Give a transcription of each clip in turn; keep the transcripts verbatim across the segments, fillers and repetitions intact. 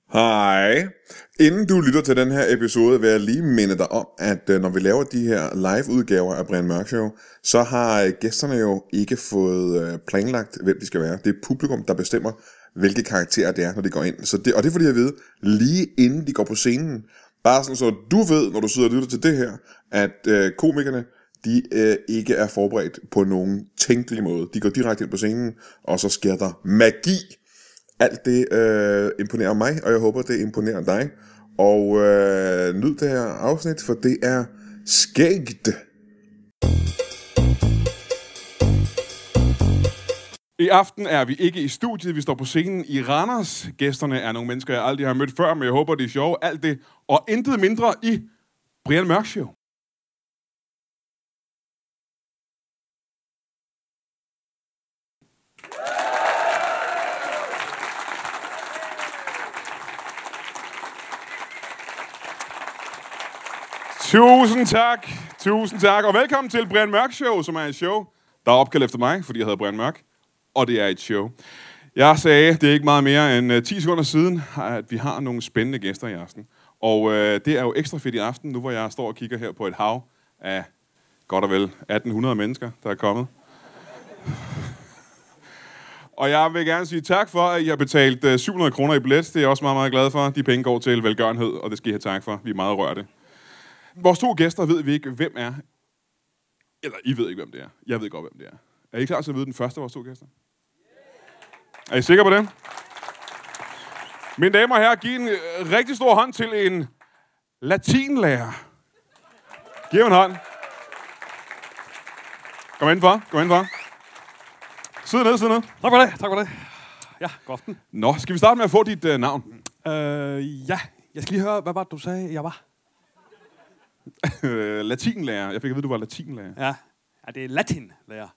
Hej. Inden du lytter til den her episode, vil jeg lige minde dig om, at når vi laver de her live-udgaver af Brian Mørk Show, så har gæsterne jo ikke fået planlagt, hvem de skal være. Det er publikum, der bestemmer, hvilke karakterer det er, når de går ind. Så det, og det får de at vide lige inden de går på scenen. Bare sådan, så du ved, når du sidder og lytter til det her, at øh, komikerne, de øh, ikke er forberedt på nogen tænkelig måde. De går direkte ind på scenen, og så sker der magi. Alt det øh, imponerer mig, og jeg håber, det imponerer dig. Og øh, nyd det her afsnit, for det er skægt. I aften er vi ikke i studiet, vi står på scenen i Randers. Gæsterne er nogle mennesker, jeg aldrig har mødt før, men jeg håber, det er sjovt. Alt det og intet mindre i Brian Mørk Show. Tusind tak, tusind tak, og velkommen til Brian Mørk Show, som er et show, der er opkaldt efter mig, fordi jeg hedder Brian Mørk, og det er et show. Jeg sagde, det er ikke meget mere end ti sekunder siden, at vi har nogle spændende gæster i aften. Og øh, det er jo ekstra fedt i aften, nu hvor jeg står og kigger her på et hav af godt og vel atten hundrede mennesker, der er kommet. Og jeg vil gerne sige tak for, at I har betalt øh, syv hundrede kroner i billet. Det er jeg også meget, meget glad for. De penge går til velgørenhed, og det skal I have tak for. Vi er meget rørte. Vores to gæster ved vi ikke, hvem er. Eller I ved ikke, hvem det er. Jeg ved godt, hvem det er. Er I klar til at vide den første af vores to gæster? Er I sikre på det? Mine damer og herrer, giv en rigtig stor hånd til en latinlærer. Giv en hånd. Kom indenfor, kom indenfor. Sid ned, sid ned. Tak for det, tak for det. Ja, god aften. Nå, skal vi starte med at få dit uh, navn? Øh, ja, jeg skal lige høre, hvad var det, du sagde, jeg var? Latinlærer. Jeg fik at vide, du var latinlærer. Ja, ja det er latinlærer.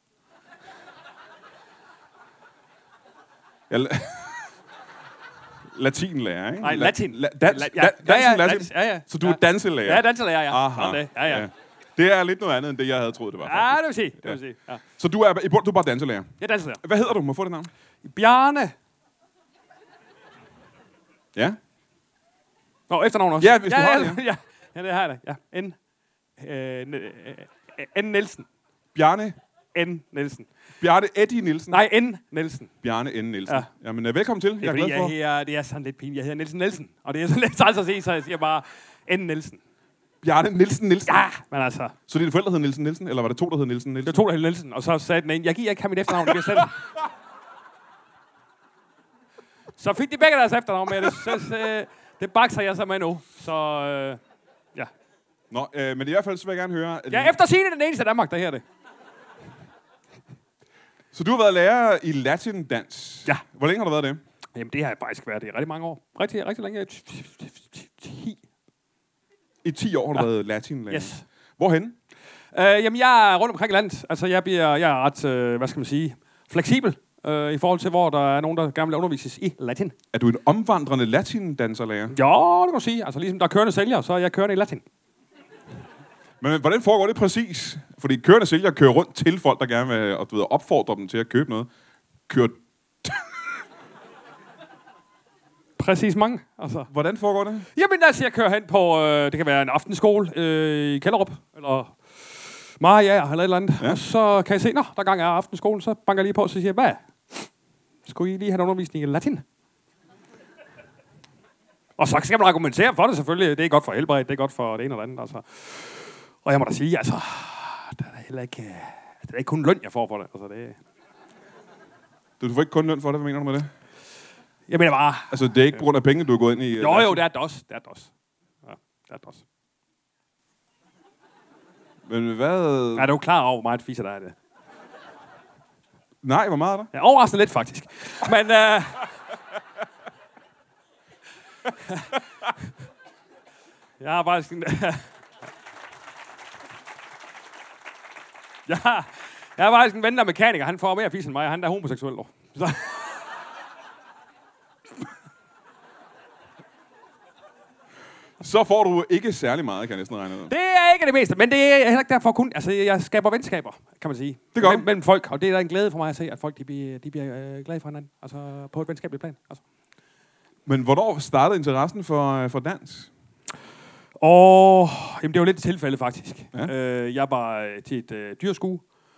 Ja, la- latinlærer, ikke? Nej, latin. La- dans, La- ja, ja, dansen, ja, latin. dans, ja, ja. Så du er danselærer? Ja, danselærer, ja. Aha. Sådan det. Ja, ja. Ja. Det er lidt noget andet, end det, jeg havde troet, det var. Ja, det vil sige. Det vil sige. Ja. Så du er, du er bare danselærer? Jeg er danselærer. Hvad hedder du? Må jeg få det navn? Bjarne. Ja? Nå, efternavn også. Ja, hvis du ja, har ja, det, ja. Ja, det har jeg da. Ja. N. Øh, N. Nielsen. Bjarne? N. Nielsen. Bjarne Eddie Nielsen? Nej, N. Nielsen. Bjarne N. Nielsen. Ja. Jamen, uh, velkommen til. Det Jeg er er fordi, glad for. jeg her, det er sådan lidt pinligt. Jeg hedder Nielsen Nielsen. Og det er sådan lidt træls at se, så jeg siger bare N. Nielsen. Bjarne Nielsen Nielsen? Ja, men altså. Så dine forældre hed Nielsen Nielsen, eller var det to, der hed Nielsen Nielsen? Det var to, der hed Nielsen, og så sagde den ene, jeg giver ikke have mit efternavn, det giver selv. Så fik de begge deres efternavn med, det, så, så, det bakser jeg så med nu. Så øh, ja. Nå, øh, men i hvert fald så vil jeg gerne høre... At Jeg er efter sigende den eneste i Danmark, der her det. Så du har været lærer i latindans? Ja. Hvor længe har du været det? Jamen det har jeg faktisk været i rigtig mange år. Rigtig, rigtig længe. ti. I ti år har du Ja. været latinlærer? Yes. Hvorhen? Øh, jamen jeg er rundt omkring i landet. Altså jeg, bliver, jeg er ret, øh, hvad skal man sige, fleksibel. Øh, I forhold til, hvor der er nogen, der gerne vil undervises i latin. Er du en omvandrende latindanserlærer? Ja, det kan man sige. Altså ligesom der er kørende sælger, så er jeg kørende i latin. Men hvordan foregår det præcis? Fordi kørende sælger kører rundt til folk, der gerne vil og, du ved, opfordre dem til at købe noget. Kører... Præcis mange. Altså. Hvordan foregår det? Jamen altså, jeg kører hen på, øh, det kan være en aftenskole øh, i Kjellerup, eller Maria, eller et eller andet. Ja. Og så kan jeg se, nå, der gang er aftenskolen, så banker jeg lige på, så siger jeg, hvad? Skulle I lige have en undervisning i latin? Og så skal man argumentere for det selvfølgelig. Det er godt for helbred, det er godt for det ene eller andet. Altså. Og jeg må da sige, altså, der er heller ikke, det er ikke kun løn, jeg får for det. Altså, det Du får ikke kun løn for det, hvad mener du med det? jeg mener bare... Altså, det er ikke på grund af penge, du er gået ind i... Jo, jo, det er det også. Det er det også. Ja, det er det også. Men hvad... Er du klar over, hvor meget fiser der er det? Nej, hvor meget er der? Ja, overraskende lidt, faktisk. Men... Øh... jeg har faktisk... En... jeg, har... jeg har faktisk en ven, der er mekaniker. Han får mere fis end mig, og han er homoseksuel. Dog. Så... Så får du ikke særlig meget, kan jeg næsten regne ud. Det er ikke det meste, men det er heller ikke derfor kun... Altså, jeg skaber venskaber, kan man sige. Det gør mellem, mellem folk, og det er da en glæde for mig at se, at folk de bliver, de bliver øh, glade for hinanden. Altså, på et venskabeligt plan. Altså. Men hvornår startede interessen for, for dans? Og jamen, det var lidt et tilfælde, faktisk. Ja. Øh, jeg var øh, til et øh, dyrskue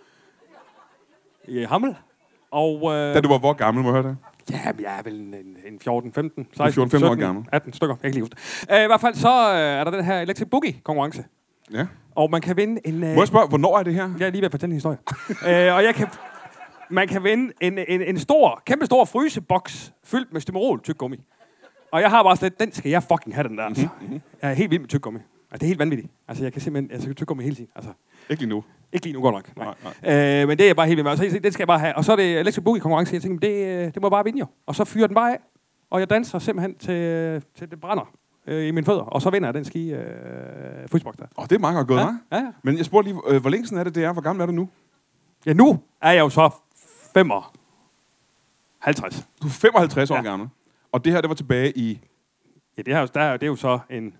i Hammel. Og, øh, Da du var hvor gammel, må jeg høre det? ja, jeg er vel en, en fjorten, femten, seksten, fjorten, femten år sytten, gammel. atten stykker. Jeg kan lige huske det. Øh, I hvert fald så øh, er der den her Electric Boogie-konkurrence. Ja. Og man kan vinde en... Øh, Må jeg spørge, hvornår er det her? Jeg er lige ved at fortælle en historie. øh, og jeg kan... Man kan vinde en, en, en stor, kæmpe stor fryseboks fyldt med Stimorol tyggegummi. Og jeg har bare sådan lidt, den skal jeg fucking have, den der. Altså. Mm-hmm. Jeg er helt vild med tyggegummi. Altså, det er helt vanvittigt. Altså, jeg kan simpelthen... Altså, jeg tyggegummi hele tiden. Altså, Ikke lige nu. ikke lige nu godt nok. Nej. Nej, nej. Øh, men det er jeg bare helt vild med. Og så, det skal jeg bare have. Og så er det Electric Boogie-konkurrence. Jeg tænkte, det, det må jeg bare vinde jo. Og så fyrer den bare af. Og jeg danser simpelthen til, til det brænder øh, i mine fødder. Og så vinder jeg den ski øh, fryseboks der. Åh, oh, det er meget godt gået, Ja, hva'? ja, ja. Men jeg spurgte lige, øh, hvor længe siden er det, det er? Hvor gammel er du nu? Ja, nu er jeg jo så femoghalvtreds. Du er femoghalvtreds år Ja. gammel. Og det her, det var tilbage i... Ja, det, her, der, er- det er jo så en...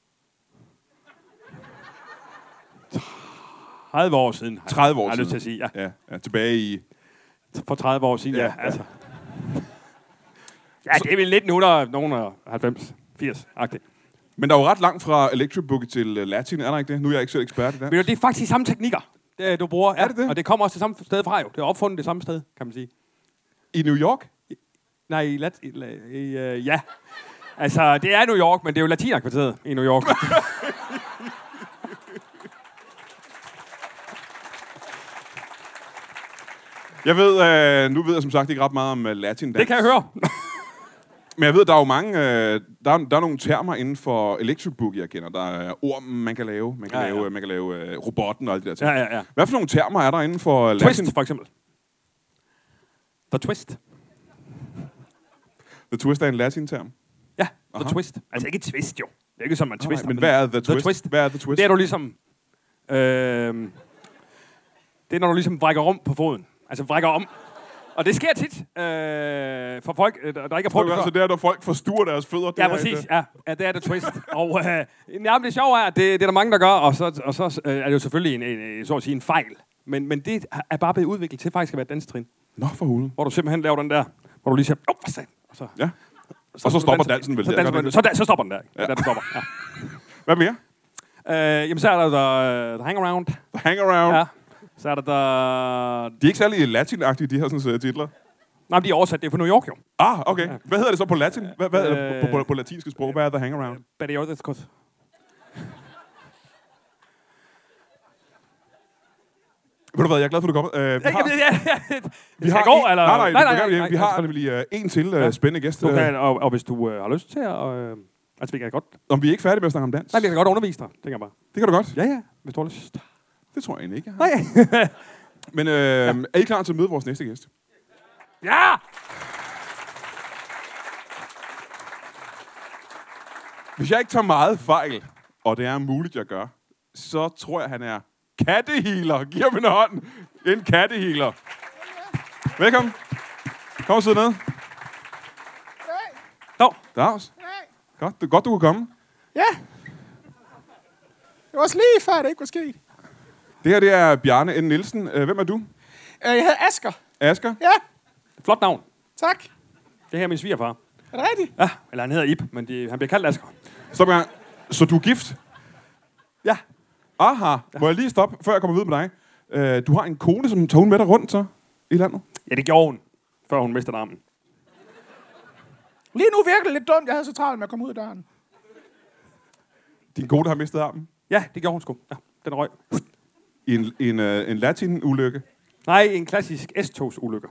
tredive år siden. har- tredive år har jeg lyst siden. til at sige, ja. Ja, ja tilbage i... For tredive år siden, ja. Ja, ja, ja. altså. Ja, det er vel nitten halvfems, firs-agtigt. Men der er jo ret langt fra Electric Boogie til uh, Latin, er der ikke det? Nu er jeg ikke selv ekspert i det. Men det er faktisk de samme teknikker, det, du bruger. Er det det? Og det kommer også det samme sted fra jo. Det er opfundet det samme sted, kan man sige. I New York? Nej, i, lat, i, i uh, ja. Altså, det er New York, men det er jo latinerkvarteret i New York. Jeg ved, øh, nu ved jeg som sagt ikke ret meget om uh, Latin dans. Det kan jeg høre. Men jeg ved, der er jo mange, øh, der, er, der er nogle termer inden for Electric Boogie, jeg kender. Der er ord, man kan lave. Man kan Ja, ja. lave, man kan lave øh, robotten og alt det der ting. Ja, ja, ja. Hvad for nogle termer er der inden for Latin? Twist, for eksempel. The Twist. The Twist er en Latin-term. Ja, The Aha. Twist. Altså ikke twist, jo. Det er ikke som man Nej, twister. men hvad er The Twist? The Twist. Hvad er The Twist? Det er du ligesom... Øh, det er, når du ligesom vrikker om på foden. Altså vrikker om. Og det sker tit øh, for folk, øh, der ikke har prøvet det før. Så det er, når folk forstuer deres fødder. Det Ja, er præcis. ikke- Ja, ja, det er The Twist. Og øh, jamen, det sjove er, at det, det er der mange, der gør, og så, og så øh, er det jo selvfølgelig en, en, så at sige, en fejl. Men, men det er bare blevet udviklet til faktisk at være et danstrin. Nå, for hulen. Hvor du simpelthen laver den der, hvor du lige siger, åh, hvad sagde og så, Ja. Og så stopper dansen vel så, der, danser, gør den man- ikke så, da, så stopper den der. Ja. Ja. Der, den stopper. Ja. Hvad mere? Øh, jamen, så er der der, der hang around. The Hang Around. Ja. Så er der der... De er ikke særlig latin-agtige, de her sådan, uh, titler. Nej, men de er oversat. Det er på New York, jo. Ah, okay. Hvad hedder det så på latin? Hvad, hvad er Øh. det på, på, på latinske sprog? Hvad er The Hang Around? Periodicos. Ved du hvad, jeg er glad for, at du kommer. Uh, vi Ja, har, ja, ja, ja. vi Skal har jeg gå, en, eller? Nej, nej, nej, nej, nej, nej, nej, vi har nej, nemlig uh, en til uh, Ja. spændende gæst. Du Uh, kan, og, og hvis du øh, har lyst til at... Øh, altså, vi kan godt... om vi er ikke færdige med at snakke om dans. Nej, vi kan godt undervise dig, tænker jeg bare. Det kan du godt. Ja, ja, hvis du har lyst. Det tror jeg egentlig ikke, jeg har. Nej. Men uh, ja. er I klar til at møde vores næste gæst? Ja! Hvis jeg ikke tager meget fejl, og det er muligt, jeg gør, så tror jeg, han er kattehealer. Giv ham en hånd. En kattehealer. Velkommen. Kom og sidde ned. Nå, Dags. Godt, det er godt, du kunne komme. Ja. Det var også lige før, det ikke var sket. Det her, det er Bjarne N. Nielsen. Øh, Hvem er du? Øh, Jeg hedder Asger. Asger? Ja, flot navn. tak. Det her er min svigerfar. Er det rigtigt? Ja, eller han hedder Ib, men de, han bliver kaldt Asger. Stop en gang. Så du er gift? Ja. Aha. Må jeg lige stoppe, før jeg kommer videre med dig? Øh, du har en kone, som tager hun med dig rundt så i landet? Ja, det gjorde hun, før hun mistede armen. Lige nu virker det lidt dumt, jeg havde så travlt med at komme ud af døren. Din kone har mistet armen? Ja, det gjorde hun sgu. Ja, den røg. I en, en, øh, en latin-ulykke? Nej, en klassisk S-togsulykke.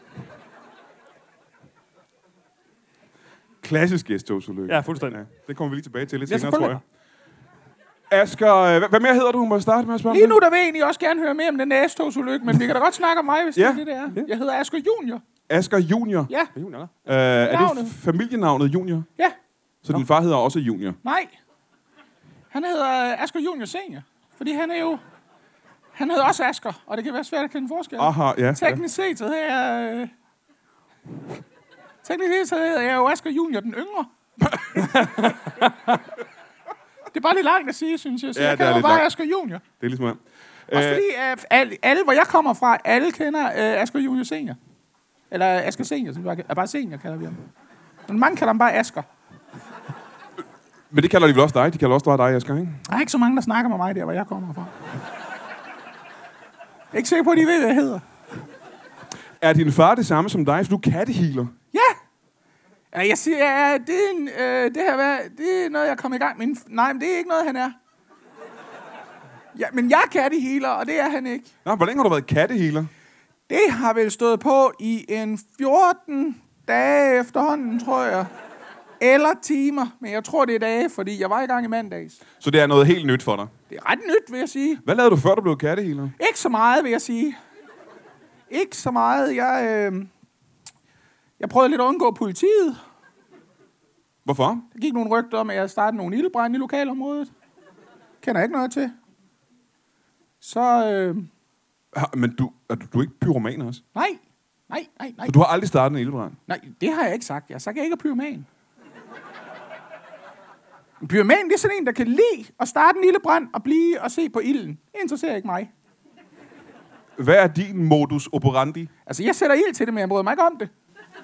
Klassisk gæsttogsulykke. Ja, fuldstændig. Ja, det kommer vi lige tilbage til lidt Ja, senere, tror jeg. selvfølgelig. Asger, øh, hvad- hvad mere hedder du? Må jeg starte med at spørge om Lige det? nu der vil jeg egentlig også gerne høre mere om den næstogsulykke, men vi kan da godt snakke om mig, hvis Ja. det er det, det er. Jeg hedder Asger Junior. Asger Junior. Ja, Det er junior, Øh, er det Navnet. f- familienavnet Junior? ja, Så din far hedder også Junior? nej. Han hedder øh, Asger Junior Senior, fordi han er jo... Han hedder også Asger, og det kan være svært at kende forskel. Aha, ja. ja. Teknisk set, så hedder jeg... Øh... Teknisk set, så hedder jeg jo Asger Junior den yngre. Det er bare lidt langt at sige, synes jeg. Så Ja, jeg det er kalder mig lidt bare langt. Asger Junior. Det er ligesom her. Også Øh, fordi øh, alle, alle, hvor jeg kommer fra, alle kender øh, Asger Junior Senior. Eller Asger Senior, som du er bare Senior, kalder vi ham. Men mange kalder ham bare Asger. Men det kalder de vel også dig? De kalder også dig, Asger, ikke? Der er ikke så mange, der snakker med mig der, hvor jeg kommer fra. Jeg er ikke sikker på, at de ved, hvad jeg hedder. Er din far det samme som dig, for du er kattehealer? Ja! Ja, jeg siger, ja, det, er en, øh, det her, hvad, det er noget, jeg kommer i gang med. Nej, men det er ikke noget, han er. Ja, men jeg er kattehealer, og det er han ikke. Nå, hvor længe har du været kattehealer? Det har vel stået på i en fjorten dage efterhånden, tror jeg. Eller timer, men jeg tror, det er dage, fordi jeg var i gang i mandags. Så det er noget helt nyt for dig? Det er ret nyt, vil jeg sige. Hvad lavede du, før du blev kattehealer? Ikke så meget, vil jeg sige. Ikke så meget. Jeg, øh, jeg prøvede lidt at undgå politiet. Hvorfor? Der gik nogle rygter om, at jeg startede nogle ildebrande i lokalområdet. Kender jeg ikke noget til. Så, øh, Ha, men du, er du, du er ikke pyroman også? nej, nej, nej, nej. Så du har aldrig startet en ildebrand? Nej, det har jeg ikke sagt. Jeg har sagt, at jeg ikke er pyroman. En pyroman, det er sådan en, der kan lide at starte en ildebrand og blive og se på ilden. Det interesserer ikke mig. Hvad er din modus operandi? Altså, jeg sætter ild til det, men jeg bryder mig ikke om det.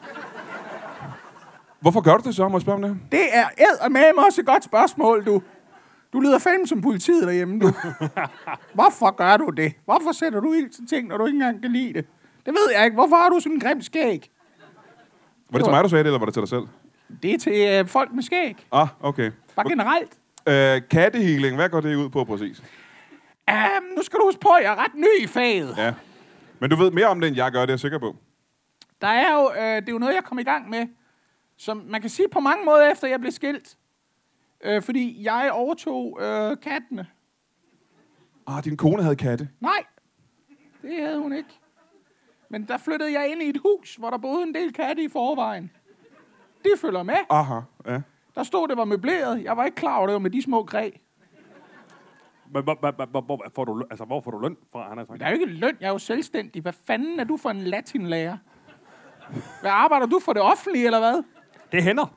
Hvorfor gør du det så? Må jeg spørge om det? Det er eddermame også et godt spørgsmål, du. Du lyder fandme som politiet derhjemme, du. Hvorfor gør du det? Hvorfor sætter du ild til ting, når du ikke engang kan lide det? Det ved jeg ikke. Hvorfor har du sådan en grim skæg? Var det til mig, du sagde det, eller var det til dig selv? Det er til øh, folk med skæg. Ah, okay. Bare generelt. Øh, kattehealing, hvad går det ud på præcis? Um, nu skal du huske på, at jeg er ret ny i faget. Ja. Men du ved mere om det, end jeg gør, det er jeg sikker på. Der er jo, øh, det er jo noget, jeg kom i gang med, som man kan sige på mange måder, efter jeg blev skilt. Øh, fordi jeg overtog øh, kattene. Ah, din kone havde katte. Nej, det havde hun ikke. Men der flyttede jeg ind i et hus, hvor der boede en del katte i forvejen. De følger med. Aha, ja. Der stod, det var møbleret. Jeg var ikke klar over, det var med de små græ. Men hvor, hvor, hvor, hvor, får du, altså, hvor får du løn fra, han har sagt? Der er jo ikke løn, jeg er jo selvstændig. Hvad fanden er du for en latinlærer? Hvad arbejder du for det offentlige, eller hvad? Det hænder.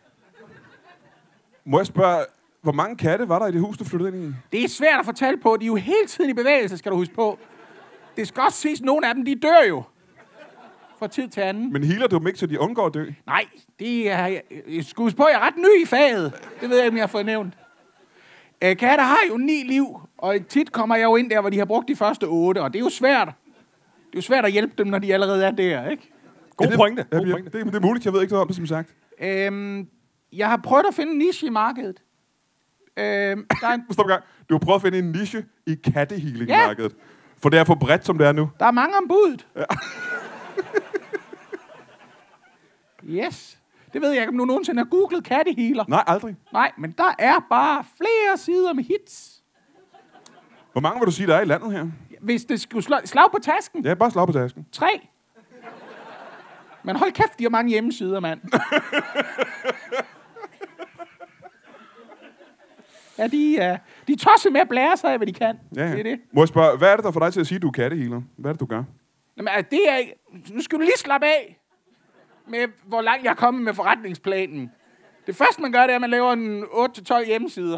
Må jeg spørge, hvor mange katte var der i det hus, du flyttede ind i? Det er svært at fortælle på. De er jo hele tiden i bevægelse, skal du huske på. Det skal også siges, at nogle af dem, de dør jo. Fra tid til anden. Men healer du dem ikke, så de undgår at dø? Nej, det er... Jeg, jeg skal huske på, jeg er ret ny i faget. Det ved jeg ikke, om jeg har fået nævnt. Øh, katte har jo ni liv, og tit kommer jeg jo ind der, hvor de har brugt de første otte, og det er jo svært. Det er jo svært at hjælpe dem, når de allerede er der, ikke? God Ja, det- pointe. Ja, God det, pointe. det, det er muligt, jeg ved ikke noget om det, som sagt. Øhm, jeg har prøvet at finde en niche i markedet. Øhm, der, er en, Stop en gang. Du har prøvet at finde en niche i kattehealing-markedet. Ja. For det er for bredt, som det er nu. der er mange om budet. Ja. Yes. Det ved jeg ikke, om du nogensinde har googlet kattehealer. Nej, aldrig. Nej, men der er bare flere sider med hits. Hvor mange vil du sige, der er i landet her? Hvis det skulle slå, slag på tasken. Ja, bare slag på tasken. Tre. Men hold kæft, de har mange hjemmesider, mand. Ja, de, uh, de tosser med at blære sig af, hvad de kan. Ja, ja. Det er det. Må jeg spørge, hvad er det, der får dig til at sige, at du er kattehealer? Hvad er det, du gør? Jamen, altså, det er... Nu skal du lige slappe af med, hvor langt jeg er kommet med forretningsplanen. Det første, man gør, det er, at man laver en otte til tolv hjemmesider.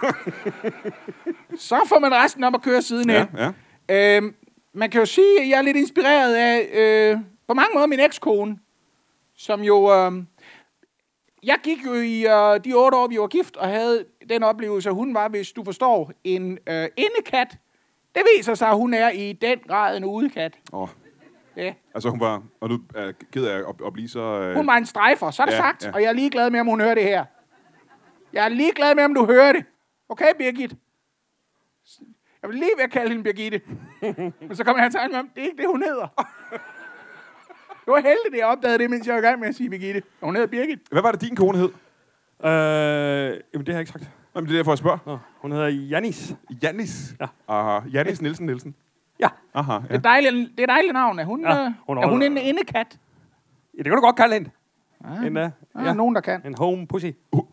Så får man resten op at køre siden Ja, af. ja. Øhm, man kan jo sige, at jeg er lidt inspireret af, øh, på mange måder, min ekskone, som jo... Øh, jeg gik jo i øh, de otte år, vi var gift, og havde den oplevelse, at hun var, hvis du forstår, en øh, indekat. Det viser sig, at hun er i den grad en udekat. Åh, Ja. altså hun var... Og nu er jeg ked af at, at blive så... Øh... Hun var en strejfer, så er det Ja, sagt, ja. og jeg er ligeglad med, om hun hører det her. Jeg er ligeglad med, om du hører det. Okay, Birgit? Jeg vil lige ved at kalde hende Birgitte. Men så kommer jeg i tanke om, det er ikke det, hun hedder. Det var heldigt, at jeg opdagede det, mens jeg var i gang med at sige Birgitte. Og hun hedder Birgit. Hvad var det, din kone hed? Øh, jamen, det har jeg ikke sagt. Jamen, det er derfor, jeg spørger. Nå, hun hedder Janis. Janis. Ja. Aha. Janis Nielsen Nielsen. Ja. Aha, Det er ja. et dejligt, det er et dejligt navn. Er hun, Ja, ja, hun er hun holder- en indekat? Ja, det kan du godt kalde hende. Ah, En, uh, der er ja. nogen, der kan. En home pussy.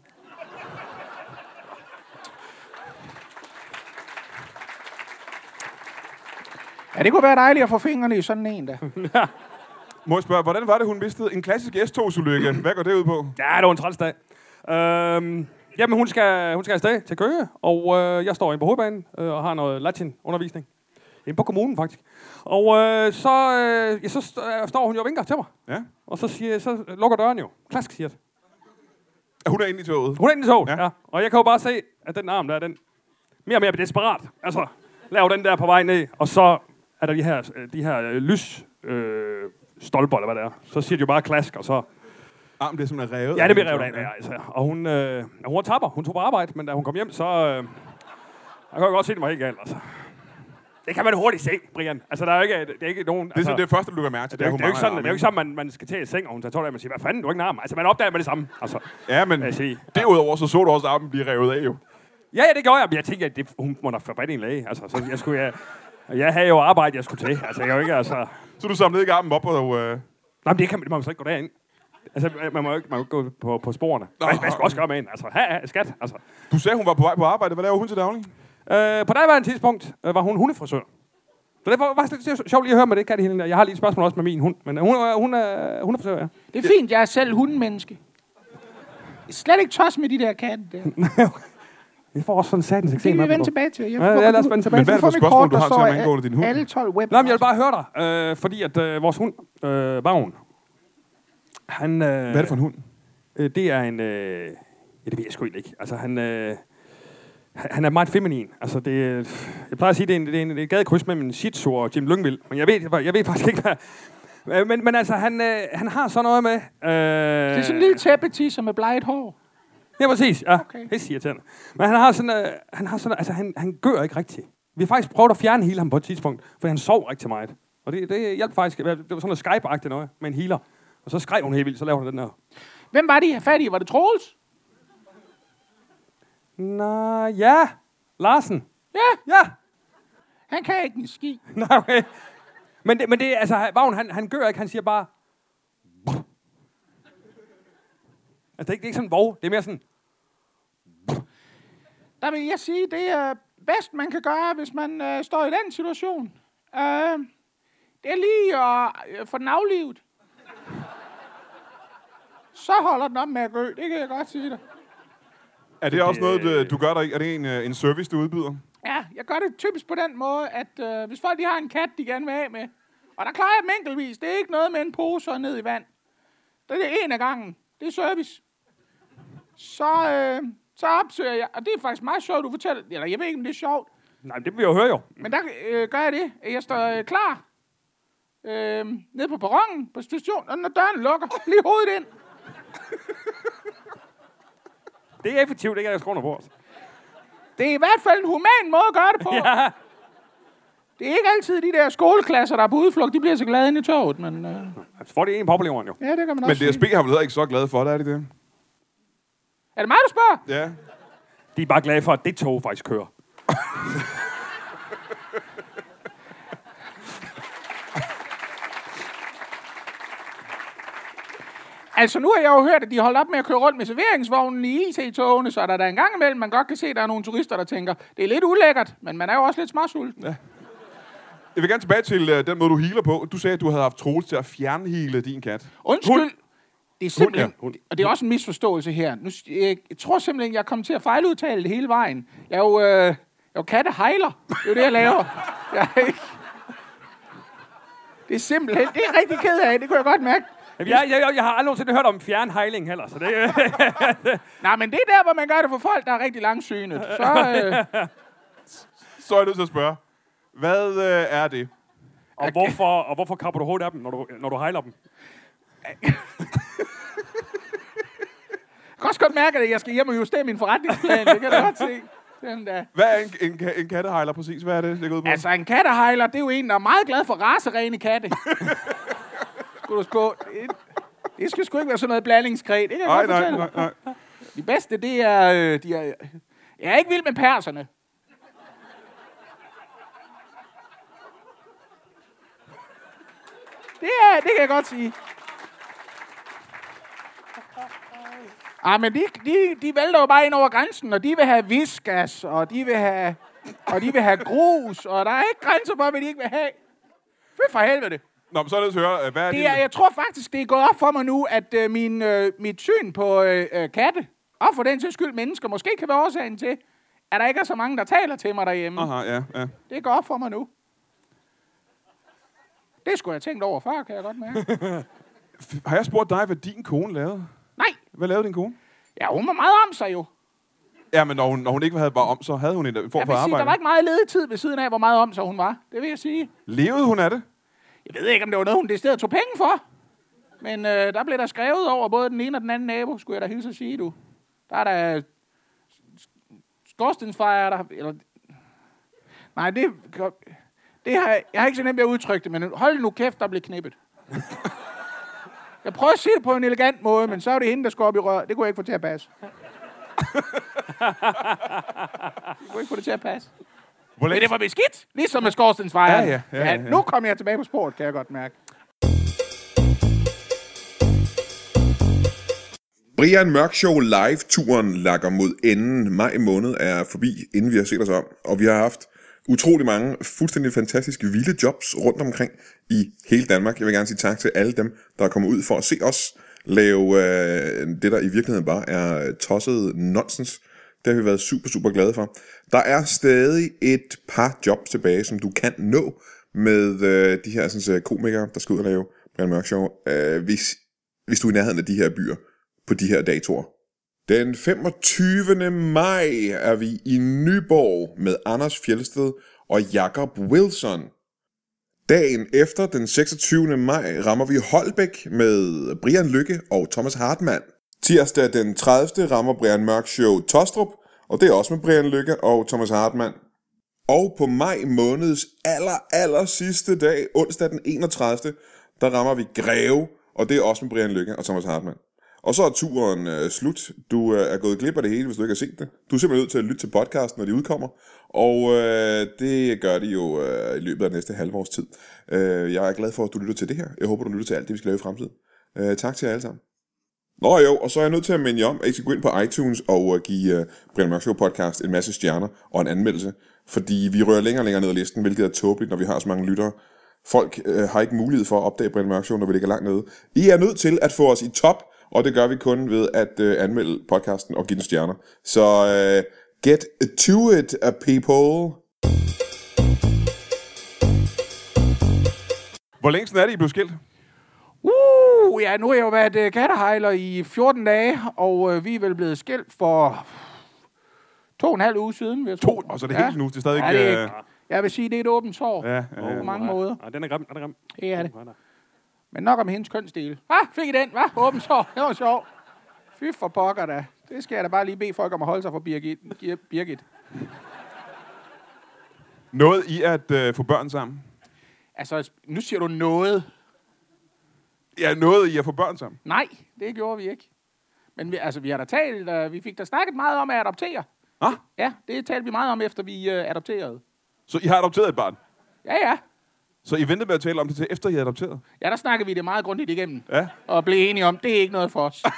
Ja, det kunne være dejligt at få fingrene i sådan en der. Må jeg spørge, hvordan var det, hun mistede en klassisk S togsulykke? Hvad går det ud på? Ja, det var en træls dag. Øhm, jamen, hun skal, hun skal afsted til Køge, og øh, jeg står inde på hovedbanen øh, og har noget latin-undervisning. Inde på kommunen, faktisk. Og øh, så, øh, ja, så st- øh, står hun jo og vinker til mig. Ja. Og så, siger, så lukker døren jo. Klask, siger det. Er hun er inde i toget? Hun er inde i toget, Ja. ja. ja. Og jeg kan jo bare se, at den arm der, den mere og mere desperat. Altså, lav den der på vej ned, og så er der de her, de her øh, lys øh, stolper, eller hvad det er. Så siger de jo bare klask, og så... Armen bliver simpelthen revet. Ja, det bliver revet af, ja, altså. Og hun, øh, hun var tapper. Hun tog på arbejde, men da hun kom hjem, så... Øh, jeg kan jo godt se, det var helt galt, altså. Det kan man hurtigt se, Brian. Altså, der er ikke, det er ikke nogen... Det er altså, så det første, du kan mærke til. det, er, det, er jo ikke sådan, det er jo ikke sådan, man, man skal tage i seng, og hun tager tøj af, og man siger, hvad fanden, du er ikke en arm. Altså, man opdager med det samme. Altså, Ja, men jeg sige. derudover så så du også armen blive revet af, jo. Ja, ja, det gjorde jeg, men jeg tænkte, at det, hun må da forbandt en læge. Altså, så jeg skulle... Jeg, jeg havde jo arbejde, jeg skulle til. Altså, jeg kan jo ikke, altså... Så du samlede ikke armen op og... Øh... Nej, men det kan man, det må man så ikke gå derind. Altså, man må jo ikke, man må ikke gå på, på sporene. Hvad, hvad skal også gøre med en? Altså, ha, ha, skat, altså. Du sagde, hun var på vej på arbejde. Hvad laver hun til daglig? Øh, på daværende tidspunkt øh, var hun hundefrisør. Så det var faktisk lidt sjovt lige at høre med det, Katte Hilling. Jeg har lige et spørgsmål også med min hund, men hun er, hun er hundefrisør, ja. Det er fint, jeg er selv hundemenneske. Jeg er slet ikke tosset med de der katte der. Jeg får også sådan en satans Det eksem. kan vi vende tilbage til. Jeg Ja, ja, lad os vende tilbage Men hvad er det for spørgsmål, du har til ham angående din hund? Alle tolv web. Nå, men jeg vil bare høre dig, øh, fordi at øh, vores hund, øh, Vagn, han... Øh, Hvad er det for en hund? Øh, det er en... Øh, ja, det ved jeg sgu egentlig ikke. Altså, han... Øh, han han er meget feminin. Altså, det, jeg plejer at sige, det er en, det er en, det er et gadekryds mellem en Shih Tzu og Jim Lyngvild. Men jeg ved, jeg ved faktisk ikke, hvad... Men, men altså, han, øh, han har sådan noget med... Øh, Det er sådan en lille tæppetisser med bleget hår. Ja, præcis. Ja, Okay. okay. Det irriterende. Men han har sådan... Øh, han har sådan... Altså, han, han gør ikke rigtigt. Vi har faktisk prøvet at fjerne hele ham på et tidspunkt, for han sov rigtig meget. Og det, det hjalp faktisk. Det var sådan noget Skype-agtigt noget med en healer. Og så skrev hun helt vildt, så lavede hun den der... Hvem var det, I havde fat i? Var det Troels? Nå, ja. Larsen. Ja, Ja. han kan ikke en ski. Nej, okay. Men det, men det altså, Vagn, han, han gør ikke, han siger bare... Altså, det er ikke, det er ikke sådan en vov, det er mere sådan... Der vil jeg sige, det er bedst, man kan gøre, hvis man øh, står i den situation. Øh, det er lige at øh, få den aflivet. Så holder den op med at gø, det kan jeg godt sige dig. Er det også noget, du- du gør der ikke? Er det en, øh, en service, du udbyder? Ja, jeg gør det typisk på den måde, at øh, hvis folk de har en kat, de gerne vil af med, og der klarer jeg dem enkeltvis, det er ikke noget med en pose og ned i vand. Det er en af gangen. Det er service. Så, øh, så opsøger jeg, og det er faktisk meget sjovt, du fortæller, eller jeg ved ikke, om det er sjovt, Nej, det vil vi jo høre jo. men der øh, gør jeg det, at jeg står øh, klar øh, nede på perronen på stationen, og når døren lukker, lige hovedet ind. Det er effektivt, det kan jeg skrive på. Altså. Det er i hvert fald en human måde at gøre det på. Ja. Det er ikke altid de der skoleklasser, der er på udflugt, de bliver så glade inde i toget, men øh, Så får de en på opleveren jo. ja, det kan man Men også D S B sige. har vel heller ikke så glad for det, er det det? Er det mig, du spørger? Ja. De er bare glade for, at det tog faktisk kører. Altså, nu har jeg jo hørt, at de holdt op med at køre rundt med serveringsvognen i I C-togene, så er der da en gang imellem, man godt kan se, at der er nogle turister, der tænker, det er lidt ulækkert, men man er jo også lidt småsulten. Ja. Jeg vil gerne tilbage til uh, den måde, du healer på. Du sagde, at du havde haft Troels til at fjernheale din kat. Undskyld. Hund. Det er simpelthen, Hund, ja. og det er også en misforståelse her. Nu, jeg, jeg tror simpelthen, jeg kommer til at fejludtale det hele vejen. Jeg er jo, øh, jeg er jo kattehejler. Det er jo det, jeg laver. Jeg er ikke... Det er simpelthen, det er jeg rigtig ked af, det kunne jeg godt mærke. Jeg, jeg, jeg, jeg har aldrig nogensinde hørt om fjernhejling heller, så det... Nej, men det er der, hvor man gør det for folk, der er rigtig langsynet. Så, øh, Så er jeg nødt til at spørge. Hvad uh, er det? og, hvorfor, og hvorfor kapper du hovedet af dem, når du, når du hejler dem? jeg kan også godt mærke, at jeg skal hjem og justere min forretningsplan. Det kan du godt se. Den der. Hvad er en, en, en kattehejler præcis? Hvad er det, det går ud på? Altså, en kattehejler, det er jo en, der er meget glad for racerene katte. Skulle du spå. Det, det skal sgu ikke være sådan noget blandingskræ. Det kan jeg Nej, godt nej, fortælle nej, dig. nej. De bedste, det er... Øh, de er jeg er ikke vild med perserne. Det, er, det kan jeg godt sige. Ah, men de, de, de vælter jo bare ind over grænsen, og de vil have viskas, og de vil have, og de vil have grus, og der er ikke grænser for, hvad de ikke vil have. Fy for helvede. Nå, men så er det til at høre, øh, hvad er Det det? er, jeg tror faktisk, det er gået op for mig nu, at øh, min, øh, mit syn på øh, øh, katte, og for den til skyld mennesker, måske kan være årsagen til, at der ikke er så mange, der taler til mig derhjemme. Aha, ja, ja. Det går op for mig nu. Det skulle jeg have tænkt over før, kan jeg godt mærke. Har jeg spurgt dig, hvad din kone lavede? Nej, Hvad lavede din kone? Ja, hun var meget om sig jo. Ja, men når hun, når hun ikke havde bare om, så havde hun en form Jeg for vil sige, arbejde. der var ikke meget ledig tid ved siden af, hvor meget om sig hun var. Det vil jeg sige. Levede hun af det? Jeg ved ikke, om det var noget, hun det sted tog penge for. Men øh, der blev der skrevet over både den ene og den anden nabo, skulle jeg da hilse at sige, du. Der er der skorstensfejre, der... Eller... Nej, det... det har, jeg har ikke så nemt ved at udtrykke det, men hold nu kæft, der blev knippet. Jeg prøver at sige det på en elegant måde, men så er det hende, der skulle op i rør. Det kunne jeg ikke få til at passe. Jeg kunne ikke få det til at passe. Men det var beskidt, ligesom med skorstensfejre. Ja, ja, ja, ja, ja. Nu kommer jeg tilbage på sporet, kan jeg godt mærke. Brian Mørk Show live-turen lakker mod enden. Maj måned er forbi, inden vi har set os om. Og vi har haft utrolig mange fuldstændig fantastiske vilde jobs rundt omkring i hele Danmark. Jeg vil gerne sige tak til alle dem, der er kommet ud for at se os lave øh, det, der i virkeligheden bare er tosset nonsens. Det har vi været super, super glade for. Der er stadig et par jobs tilbage, som du kan nå med øh, de her sådan, komikere, der skal ud og lave Brian Mørk Show, øh, hvis, hvis du er i nærheden af de her byer på de her datoer. Den femogtyvende maj er vi i Nyborg med Anders Fjelsted og Jakob Wilson. Dagen efter, den seksogtyvende maj, rammer vi Holbæk med Brian Lykke og Thomas Hartmann. Tirsdag den tredivte rammer Brian Mørk Show Tostrup, og det er også med Brian Lykke og Thomas Hartmann. Og på maj måneds aller, aller sidste dag, onsdag den enogtredivte, der rammer vi Greve, og det er også med Brian Lykke og Thomas Hartmann. Og så er turen øh, slut. Du øh, er gået glip af det hele, hvis du ikke har set det. Du er simpelthen nødt til at lytte til podcasten, når de udkommer. Og øh, det gør de jo øh, i løbet af næste halve års tid. Øh, jeg er glad for, at du lytter til det her. Jeg håber, du lytter til alt det, vi skal lave i fremtiden. Øh, tak til jer alle sammen. Nå jo, og så er jeg nødt til at minde jer om, at I skal gå ind på iTunes og uh, give uh, Brian Mørk Show podcast en masse stjerner og en anmeldelse. Fordi vi rører længere og længere ned ad listen, hvilket er tåbeligt, når vi har så mange lyttere. Folk uh, har ikke mulighed for at opdage Brian Mørk Show, når vi ligger langt nede. I er nødt til at få os i top, og det gør vi kun ved at uh, anmelde podcasten og give den stjerner. Så uh, get to it, uh, people. Hvor længe siden er det, I blev skilt? Uh, ja, nu har jeg jo været uh, kattehejler i fjorten dage, og uh, vi er vel blevet skilt for to og en halv uge siden. Vil jeg To, tro. og så er det helt nu. Det er stadig ja, det er ikke... ikke. Jeg vil sige, det er et åbent sår. Ja, ja, ja. På mange måder. Ja, den er grim, den er grim. Det er det. Men nok om hendes kønsdel. Hvad? Fik I den? Hvad? Åbent sår. Det var sjovt. Fy for pokker da. Det skal jeg da bare lige bede folk om at holde sig for Birgit. Birgit. Noget i at øh, få børn sammen? Altså, nu siger du noget. Ja, noget i at få børn sammen. Nej, det gjorde vi ikke. Men vi, altså, vi har da talt, uh, vi fik da snakket meget om at adoptere. Ah? Ja, det talte vi meget om, efter vi uh, adopterede. Så I har adopteret et barn? Ja, ja. Så I ventede med at tale om det til efter I har adopteret? Ja, der snakkede vi det meget grundigt igennem. Ja. Og blev enige om, det er ikke noget for os.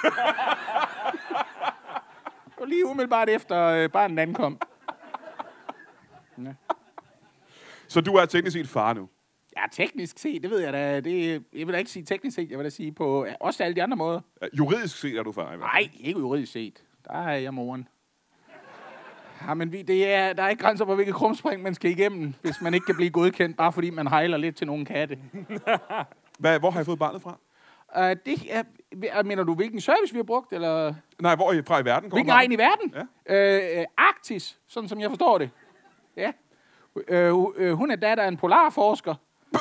Og lige umiddelbart efter uh, barnet ankom. Ja. Så du er teknisk set far nu? Ja, teknisk set, det ved jeg da. Det, jeg vil da ikke sige teknisk set, jeg vil da sige på ja, også alle de andre måder. Ja, juridisk set er du far i hvert fald. Nej, ikke juridisk set. Der er jeg moren. Ja, men vi, det er, der er ikke grænser for, hvilket krumspring man skal igennem, hvis man ikke kan blive godkendt, bare fordi man hejler lidt til nogle katte. Hvad, hvor har I fået barnet fra? Uh, det er, mener du, hvilken service vi har brugt, eller Nej, hvor er I fra i verden? hvilken egen i verden? Ja. Uh, Arktis, sådan som jeg forstår det. Ja. Uh, uh, hun er datter af en polarforsker,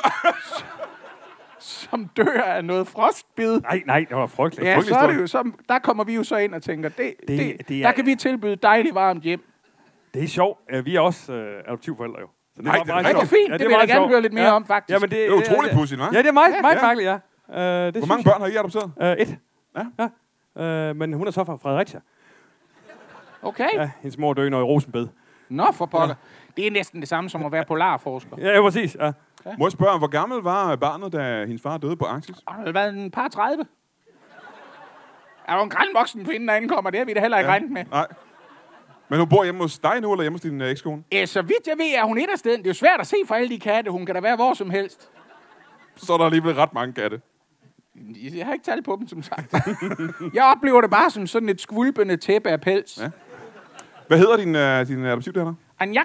som dør af noget frostbid. Nej, nej, det var frygteligt. Ja, Frygtelig så er historie. det jo så, der kommer vi jo så ind og tænker, det, det, det, det er- der kan vi tilbyde dejligt varmt hjem. Det er sjovt. Uh, vi er også uh, adoptivforældre jo. Så det Nej, var det er meget rigtig sjovt. fint. Det vil jeg meget gerne sjovt. høre lidt mere om, faktisk. Jamen, det, Det er utroligt pudsigt, hva'? Ja, det er meget, Ja. meget Ja. mærkeligt, ja. Uh, det Hvor mange børn har I adopteret? børn? Uh, et. Ja. Ja. Uh, men hun er så fra Fredericia. Okay. Ja, hendes mor døde noget i Rosenbed. Nå, for pokker. Det er næsten det samme som at være polarforsker. Ja, ja, præcis. Ja. Må jeg spørge, hvor gammel var barnet, da hendes far døde på Arktis? Har det været en par tredive? Er der en grænvoksen kvinde, der ankommer? Det har vi da heller ikke ja. regnet med. Nej. Men hun bor hjemme hos dig nu, eller hjemme hos din øh, ekskone? Ja, så vidt jeg ved, er hun et af steden. Det er jo svært at se for alle de katte. Hun kan da være hvor som helst. Så er der alligevel ret mange katte. Jeg har ikke talt på dem, som sagt. Jeg oplever det bare som sådan et skvulpende tæppe af pels. Ja. Hvad hedder din, øh, din adoptivdatter? Anjak.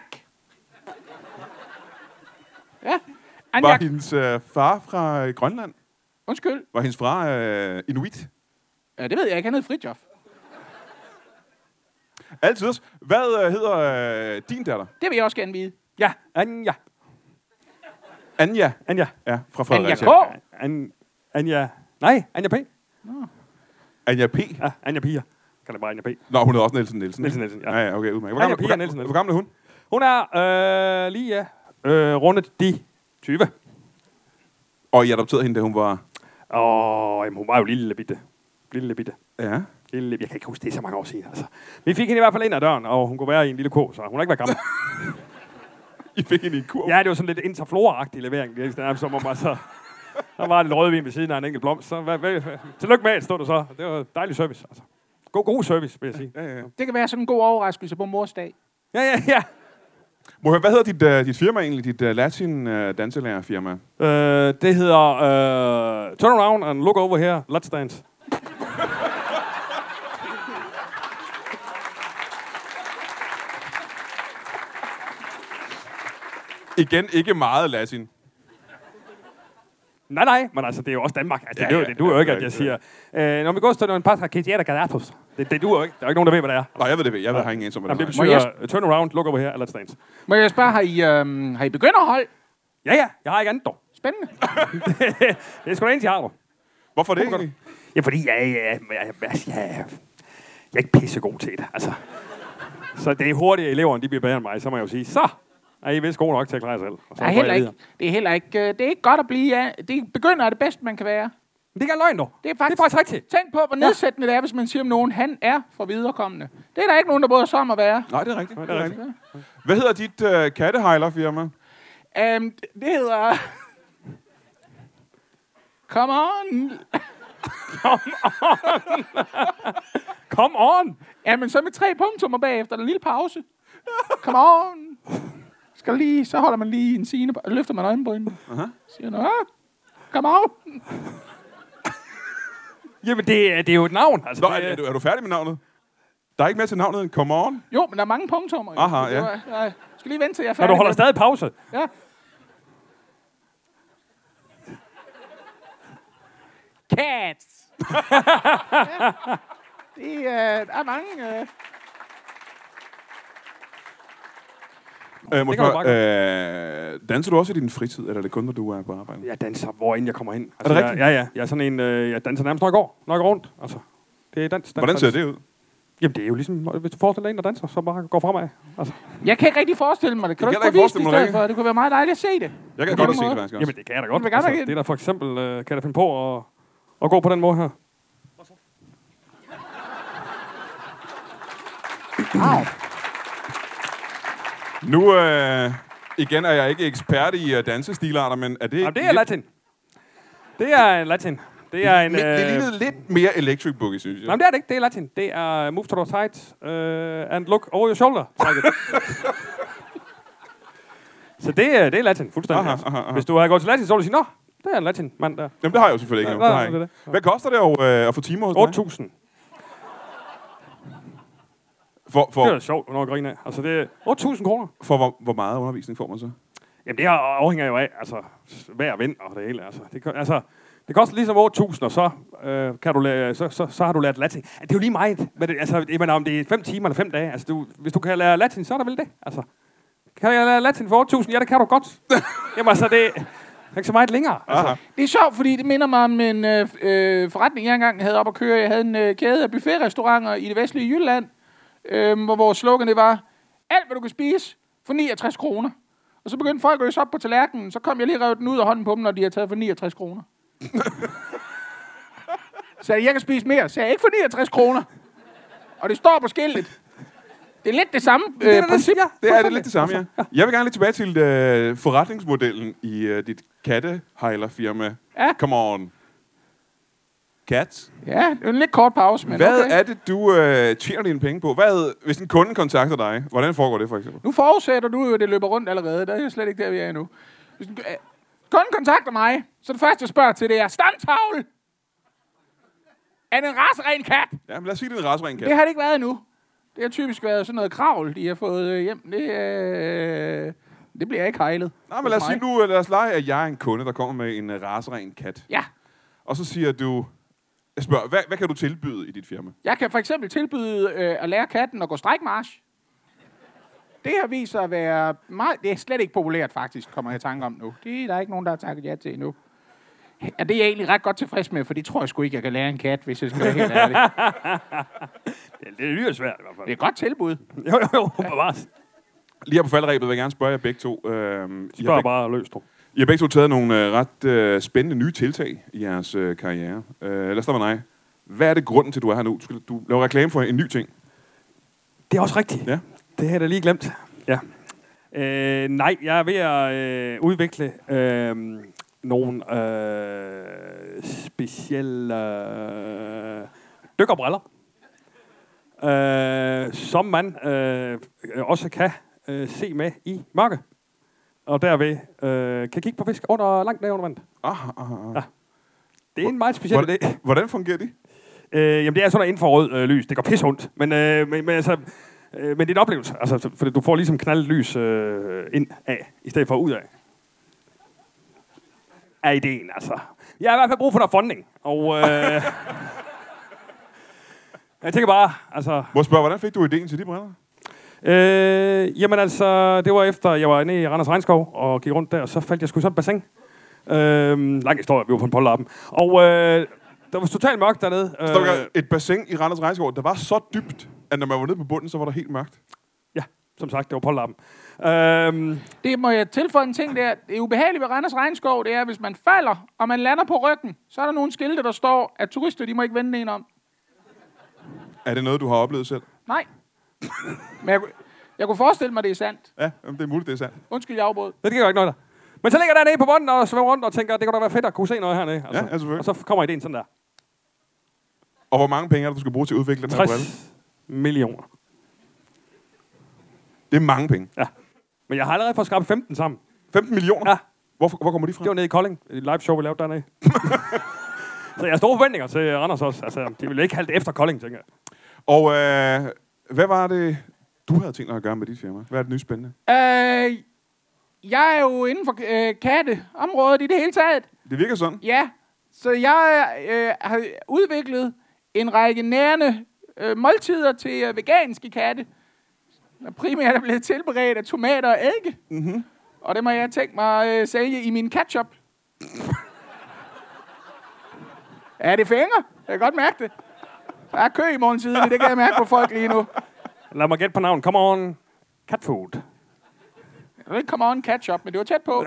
Ja, Var Anjak. hendes øh, far fra øh, Grønland? Undskyld. Var hendes far øh, inuit? Ja, det ved jeg ikke. Han hed Fridtjof. Altid. Hvad øh, hedder øh, din datter? Det vil jeg også gerne vide. Ja, Anja. Anja. Anja. Ja, fra Anja Fredericia. K. An, Anja. Nej, Anja P. Anja P. Ja, Anja Pia. Kan det bare Anja P. Nå, hun hedder også Nielsen Nielsen. Nielsen Nielsen, ja. Ja, ja, okay, udmærket. Hvor Anja gammel, Pia hvor, Nielsen hvor, hvor gammel er hun? Hun er øh, lige, ja, øh, rundet de tyve. Og I adopterede hende, da hun var... Åh, jamen, hun var jo lille bitte. Lille bitte. Ja. Lille, jeg kan ikke huske, det er så mange år siden, altså. Vi fik hende i hvert fald ind ad døren, og hun kunne være i en lille ko, så hun har ikke været gammel. I fik hende i en kur. Ja, det var sådan lidt interflora-agtig levering. Det er som om, altså, der var lidt rødvin ved siden af en enkelt blomst. Så hvad, hvad, hvad, tillykke med, stod der så. Det var dejlig service, altså. God, god service, vil jeg sige. Ja, ja, ja. Det kan være sådan en god overraskelse på mors dag. Ja, ja, ja. Må jeg, hvad hedder dit, uh, dit firma egentlig? Dit uh, Latin uh, danselærerfirma? Øh, det hedder øh, Turn Around and Look Over Here, Let's Dance. Igen, ikke meget latin. Nej, nej, men altså, det er jo også Danmark. Altså, Ja, det, ja, ja, det duer jo ja, ikke, ja, at jeg ja. siger, øh, når vi går til en par traketia gadatos. Det, det duer jo ikke. Der er jo ikke nogen, der ved, hvad det er. Nej, jeg ved det ikke. Jeg ved, har ingen ensom, hvad Jamen, det det er. betyder, uh, turn around, look over here, let's dance. Må jeg spørge, har I, øhm, har I begynderhold? Ja, ja, jeg har ikke andet dog. Spændende. Det er sgu da eneste, jeg har dog. Hvorfor det egentlig? Ja, fordi jeg, jeg, jeg, jeg, jeg, jeg, jeg er ikke pissegod til det, altså. Så det er hurtigt, at eleverne de bliver bedre end mig, så må jeg jo sige, så er I vist gode nok til at klare jer selv. Og så Det er går heller jeg ikke, det er heller ikke, øh, det er ikke godt at blive, ja. Det begynder er det bedste, man kan være. videre. Det er ikke løgn, dog. Det er faktisk, det er faktisk rigtigt. Tænk på, hvor nedsættende det er, hvis man siger om nogen, han er for viderekommende. Det er der ikke nogen, der både som at være. Nej, det er rigtigt. Det er rigtigt. Ja. Hvad hedder dit uh, kattehejlerfirma? Um, det hedder... Come on. Come on! Jamen, så med tre punktummer bagefter, der en lille pause. Come on. Skal lige, så holder man lige en sine, og løfter man øjenbrynene. Uh-huh. Siger noget. Come on. Jamen, det, er- det er jo et navn. Altså, Nå, er, det, er, du, er du færdig med navnet? Der er ikke mere til navnet end Come On. Jo, men der er mange punktummer. jo. Aha, Det ja. var- Jeg skal lige vente til, jeg er når færdig. du holder med- stadig pause. Ja. Cats. Ja. Det er, der er mange... Øh. Øh, må Det kan du spørge, øh, danser du også i din fritid, eller er det kun, når du er på arbejde? Jeg danser, hvor end jeg kommer hen. Altså, Er det jeg, rigtigt? ja, ja. Jeg er sådan en, øh, jeg danser nærmest, når jeg går. Når jeg går rundt. Altså, det er dans, dans, Hvordan ser dans. det ud? Jamen, det er jo ligesom, hvis du forestiller dig en, der danser, så bare går fremad. Altså. Jeg kan ikke rigtig forestille mig det. Kan Jeg du kan ikke ikke prøve at vise det i forestille mig stedet det. for? Det kunne være meget dejligt at se det. Jeg kan På godt den lide se måde. det, faktisk også. Jamen, det kan jeg da godt. vil gerne Altså, have det er da for eksempel, øh, kan jeg da finde på at, at gå på den måde her. Wow. Nu, øh, igen er jeg ikke ekspert i uh, dansestilarter, men er det ikke... Jamen, det er latin. Det er en latin. Det er en... Det, det øh, lignede lidt mere Electric Boogie, synes jeg. Nej, men det er det ikke. Det er latin. Det er move to the side uh, and look over your shoulder. Så det, er- det er latin, fuldstændig. Aha, altså. aha, aha. Hvis du har gået til latin, så vil du sige, nå, det er en latin mand der. Jamen, det har jeg jo selvfølgelig ikke. Ja, nu. Det har jeg det er ikke. Hvad koster det at, øh, at få timer hos dig? otte tusind. For, Det er da for, sjovt, når jeg griner af. Altså, det er otte tusind kroner. for hvor, hvor meget undervisning får man så? Jamen, det her afhænger jo af, altså, vejr og vind og det hele. Altså, det, ko- altså, det koster ligesom otte tusind, og så, øh, kan du lære, så, så, så har du lært latin. Det er jo lige meget. Men det, altså, jeg mener, om det er fem timer eller fem dage. Altså, du, hvis du kan lære latin, så er der vel det. Altså, kan jeg lære latin for otte tusind? Ja, det kan du godt. Jamen, altså, det er ikke så meget længere. Altså. Det er sjovt, fordi det minder mig om en øh, øh, forretning, jeg engang havde op at køre. Jeg havde en øh, kæde af buffetrestauranter i det vestlige Jylland, øh, hvor vores slogan det var, alt hvad du kan spise for niogtres kroner. Og så begyndte folk at øse op på tallerkenen, så kom jeg lige og rev den ud af hånden på dem, når de havde taget for niogtres kroner. Så jeg kan spise mere, så jeg ikke for niogtres kroner. Og det står på skiltet. Det er lidt det samme øh, det, princip. ja. Det er det lidt det samme, ja. Jeg vil gerne lidt tilbage til øh, forretningsmodellen i øh, dit kattehejlerfirma. Ja. Come on. Cat. Ja, det er en lidt kort pause, men Hvad okay. er det, du øh, tjener dine penge på? Hvad, hvis en kunde kontakter dig, hvordan foregår det for eksempel? Nu forudsætter du jo, at det løber rundt allerede. Der er jeg slet ikke der, vi er endnu. Hvis en, øh, kunden kontakter mig, så det første, jeg spørger til, det er stamtavle. Er det en raseren kat? Ja, men lad os sige, det er en raseren kat. Det har det ikke været endnu. Det har typisk været sådan noget kravl, de har fået øh, hjem. Det, øh, det bliver ikke hejlet. Nej, men lad os sige nu, lad os lege, at jeg er en kunde, der kommer med en uh, raseren kat. Ja. Og så siger du, Jeg spørger, hvad, hvad kan du tilbyde i dit firma? Jeg kan for eksempel tilbyde øh, at lære katten at gå strækmarch. Det har vist sig at være meget... Det er slet ikke populært, faktisk, kommer jeg i tanke om nu. Det er der ikke nogen, der har takket ja til endnu. Ja, det er jeg egentlig ret godt tilfreds med, for det tror jeg sgu ikke, jeg kan lære en kat, hvis jeg skal være helt ærlig. det, det lyder svært i hvert fald. Det er et godt tilbud. jo, jo, jo, bevares. Lige her på faldrebet vil jeg gerne spørge jer begge to. Øh, I Spørg bare løs, du. I har begge to taget nogle øh, ret øh, spændende nye tiltag i jeres øh, karriere. Øh, lad os starte med dig. Hvad er det grunden til, at du er her nu? Du, skal, du laver reklame for en ny ting. Det er også rigtigt. Ja. Det har jeg da lige glemt. Ja. Øh, nej, jeg er ved at øh, udvikle øh, nogle øh, specielle øh, dykkerbriller, øh, som man øh, også kan øh, se med i mørke. Og derved øh, kan kigge på fisk under, langt ned under vandet. Ah, ah, ah. Ja. Det er en meget speciel hvordan, idé. Hvordan fungerer de? Øh, jamen, det er sådan noget infrarød øh, lys. Det går pissehundt. Men, øh, men, men, altså, øh, men det er en oplevelse. Altså, for du får ligesom knaldet lys øh, ind af, i stedet for ud af. Er ideen, altså. Jeg har i hvert fald brug for noget funding. Og øh, jeg tænker bare, altså... Må jeg spørge, hvordan fik du ideen til de briller? Øh, jamen altså, det var efter, jeg var inde i Randers Regnskov og gik rundt der, og så faldt jeg sgu i sådan et bassin. Øh, lang historie, vi var på en polterappen. Og øh, der var totalt mørkt dernede. Øh, Stop, et bassin i Randers Regnskov, der var så dybt, at når man var nede på bunden, så var der helt mørkt. Ja, som sagt, det var polterappen. Øh, Det må jeg tilføje en ting der. Det er ubehageligt ved Randers Regnskov, det er, hvis man falder, og man lander på ryggen, så er der nogle skilte, der står, at turister, de må ikke vende en om. Er det noget, du har oplevet selv? Nej. Men jeg, jeg kunne forestille mig, det er sandt. Ja, det er muligt, det er sandt. Undskyld, jeg afbrød. det kan jo ikke noget der. Men så ligger der nede på bunden og svømmer rundt og tænker, det kunne da være fedt at kunne se noget hernede. Altså. Ja, ja, selvfølgelig. Og så kommer ideen sådan der. Og hvor mange penge er det, du skal bruge til at udvikle den her brille? tres millioner. Det er mange penge. Ja. Men jeg har allerede fået skrabt femten sammen. femten millioner? Ja. Hvor, hvor kommer de fra? Det var nede i Kolding. Et live show, vi lavede dernede. Så jeg har store forventninger til Randers også. Altså, de ville ikke have det efter Kolding, tænker jeg. Og øh, hvad var det, du havde tænkt dig at gøre med dit firma? Hvad er det nye spændende? Øh, jeg er jo inden for øh, katteområdet i det hele taget. Det virker sådan. Ja, så jeg øh, har udviklet en række nærende øh, måltider til øh, veganske katte. Der primært er blevet tilberedt af tomater og eddike. Mm-hmm. Og det må jeg tænke mig at øh, sælge i min catshop. Ja, det fænger. Jeg kan godt mærke det. Der er kø i morgentiden, det kan jeg mærke på folk lige nu. Lad mig gætte på navn. Come on. Cat food. Jeg ved ikke, come on catch-up, men det var tæt på.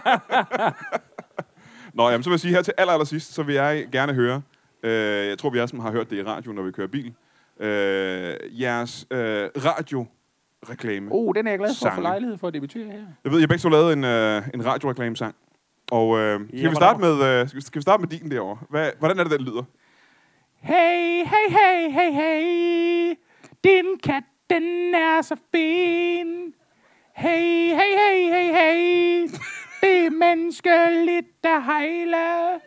Nå, jamen, så vil jeg sige her til aller, aller sidst, så vil jeg gerne høre, øh, jeg tror, vi alle sammen har hørt det i radio, når vi kører bil, øh, jeres øh, radioreklame. Oh, den er jeg glad for at få sange. lejlighed for at debutere her. Jeg ved, jeg begge to lavede en, øh, en radioreklamesang. Og øh, skal, Ja, vi starte med, øh, skal, vi, skal vi starte med din derovre? Hvad, hvordan er det, den lyder? Hey, hey, hey, hey, hey. Din kat, den er så fin. Hey, hey, hey, hey, hey. Det er menneskeligt, der hejler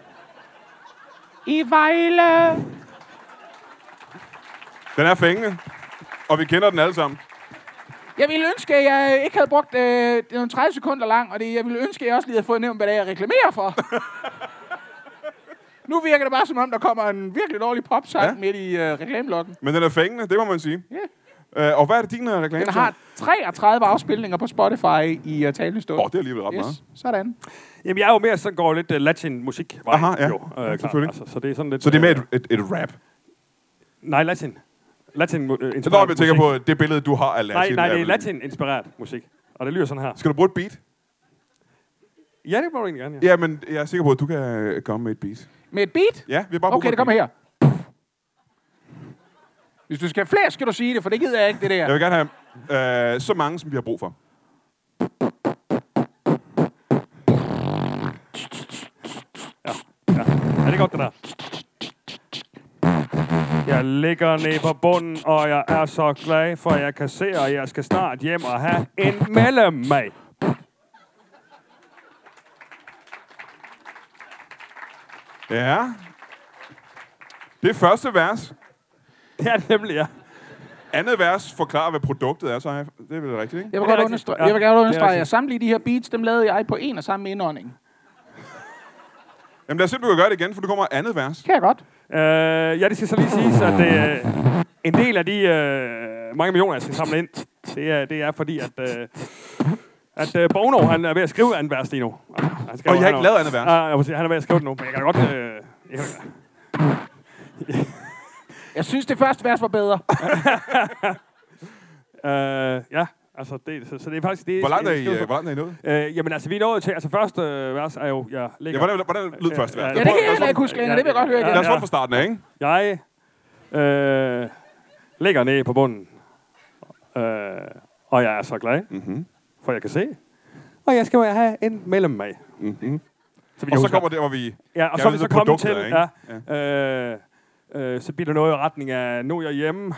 i Vejle. Den er fængende, og vi kender den alle sammen. Jeg ville ønske, at jeg ikke havde brugt øh, det er tredive sekunder lang, og det, jeg ville ønske, at jeg også lige havde fået nævnt, hvad det er, jeg reklamerer for. Nu virker det bare som om, der kommer en virkelig dårlig popsang Ja. ja. midt i øh, reklamelokken. Men den er fængende, det må man sige. Ja. Øh, og hvad er det, din uh, reklame? Den har treogtredive afspilninger på Spotify i uh, talende stund. Åh, oh, det er alligevel ret yes. meget. Sådan. Jamen, jeg er jo mere sådan, går lidt uh, latin-musik. Aha, ja. Jo, øh, Ja, klart. selvfølgelig. Altså, så det er sådan lidt... Så det er med øh, et, et, et rap? Nej, latin. Latin uh, Så når jeg tænker på det billede, du har af Nej, latin. nej, det er vel- latin-inspireret musik. Og det lyder sådan her. Skal du bruge et beat? Ja, det må du egentlig gerne, ja. Ja, men jeg er sikker på, at du kan øh, komme med et beat. Med et beat? Ja, vi har bare brug Okay, for det et kommer beat. her. Hvis du skal have flere, skal du sige det, for det gider jeg ikke, det der. Jeg vil gerne have øh, så mange, som vi har brug for. Er det godt, det der? Jeg ligger ned på bunden, og jeg er så glad, for jeg kan se, at jeg skal snart hjem og have en mellemag. Ja. Det er første vers. Ja, nemlig, ja. Andet vers forklarer, hvad produktet er, så er- det er vel rigtigt, ikke? Jeg vil Det er godt rigtigt. understrege, Ja, jeg vil gerne det er understrege, rigtigt. at samtlige de her beats, dem lavede jeg på en og samme indånding. Jamen lad os se, om du kan gøre det igen, for du kommer andet vers. Kan jeg godt. Øh, ja, det skal så lige siges, at øh, en del af de øh, mange millioner, jeg skal samle ind, det er, det er fordi, at, øh, at øh, Bono, han er ved at skrive andet vers lige nu. Han skriver, Og I har ikke han, lavet andet vers? Ja, jeg vil sige, han er ved at skrive det nu, men jeg kan godt... Øh, jeg, Jeg synes, det første vers var bedre. øh, ja, altså, det, så, så det er faktisk... Det, Hvor langt er I, skriver- øh, hvor langt er I nået? Øh, jamen altså, vi er nået til... Altså, første øh, vers er jo... Jeg Ja, ligger, hvordan, hvordan lød første vers? Ja, Ja, det kan jeg heller ikke huske længere. Det vil jeg godt høre igen. Lad os få det fra starten af, ikke? Jeg øh, ligger nede på bunden, øh, og jeg er så glad, Mm-hmm. for jeg kan se, og jeg skal jo have en mellem mig. Mm-hmm. Så Og så kommer der, hvor vi... ja, og gerne så er vi vil så vide kommet produktet til, er, ja, øh, øh, så bliver der noget i retning af, nu er jeg hjemme.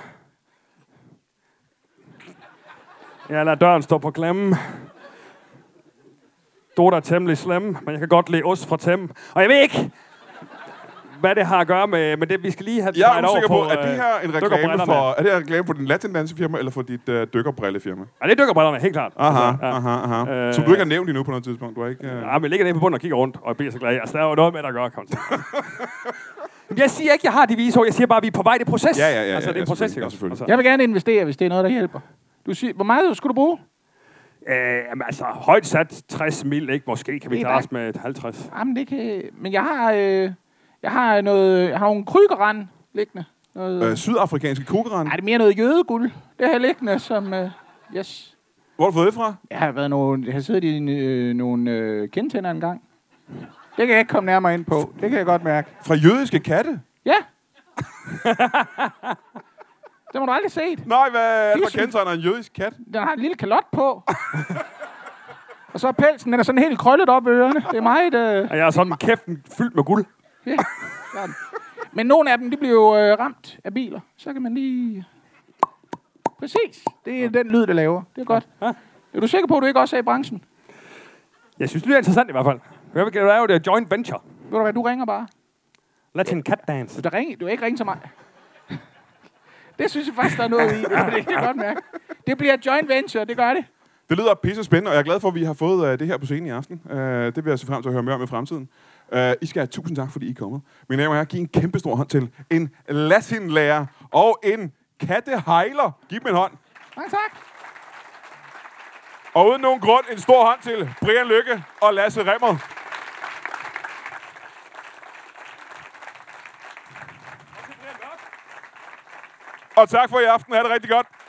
Jeg lader døren stå på klemme. Dota er temmelig slem, men jeg kan godt lide ost fra Tem. Og jeg ved ikke, hvad det har at gøre med, med det, vi skal lige have Jeg drejet er over usikker på, på, er det her en reklame dykkerbrillerne. for, er det her en reklame for din latindansefirma, eller for dit uh, dykkerbrillefirma? Ja, det dykker brillerne, helt klart. Aha, Altså, ja. aha, aha. Øh, Som du ikke har nævnt endnu på noget tidspunkt. Du har ikke... Uh... Ja, men jeg ligger nede på bunden og kigger rundt, og jeg bliver så glad. Altså, der er jo noget med, der gør, kom til. Jeg siger ikke, jeg har de vise ord. Jeg siger bare, at vi er på vej. Det er proces. Ja, ja, ja, Altså, ja, det er en ja, proces, selvfølgelig, ikke ja, også? selvfølgelig. Altså, Jeg vil gerne investere, hvis det er noget, der hjælper. Du siger, hvor meget skulle du bruge? øh, jamen, altså, højt sat tres mil, ikke? Måske kan vi Det er klare os bare- med et halvtreds. Jamen, det kan... Men jeg har... Øh, jeg har noget... Jeg har nogle krygerand liggende. Noget, Øh, sydafrikanske kugeran. Nej, det er mere noget jødeguld. Det har liggende som... Øh, yes. Hvor har du fået det fra? Jeg har været nogle... Jeg har siddet i øh, nogle øh, kendtænder engang. Det kan jeg ikke komme nærmere ind på. Det kan jeg godt mærke. Fra jødiske katte? Ja. Det må du aldrig set. Nej, hvad er det, Det er der sådan- kendetegner en jødisk kat? Den har en lille kalot på. Og så er pelsen, den er sådan helt krøllet op ved ørerne. Det er meget... Øh, Og jeg har sådan kæften fyldt med guld. ja. Det er den. Men nogle af dem, de bliver jo øh, ramt af biler. Så kan man lige... Præcis. Det er den lyd, der laver. Det er godt. Ja. Er du sikker på, at du ikke også er i branchen? Jeg synes, det er interessant i hvert fald. Hvad vil du lave? Det er joint venture. Ved du hvad, du ringer bare. Latin cat dance. Du, ring, du vil ikke ringe til mig. Det synes jeg faktisk, der er noget i. Det, det kan jeg godt mærke. Det bliver joint venture, det gør det. Det lyder pisse spændende, og jeg er glad for, at vi har fået uh, det her på scenen i aften. Uh, det vil jeg se frem til at høre mere om i fremtiden. Uh, I skal have tusind tak, fordi I er kommet. Mine damer og herrer, giv en kæmpe stor hånd til en latinlærer og en kattehejler. Giv dem en hånd. Mange tak. Og uden nogen grund, en stor hånd til Brian Lykke og Lasse Rimmer. Og tak for i aften. Ha' det rigtig godt.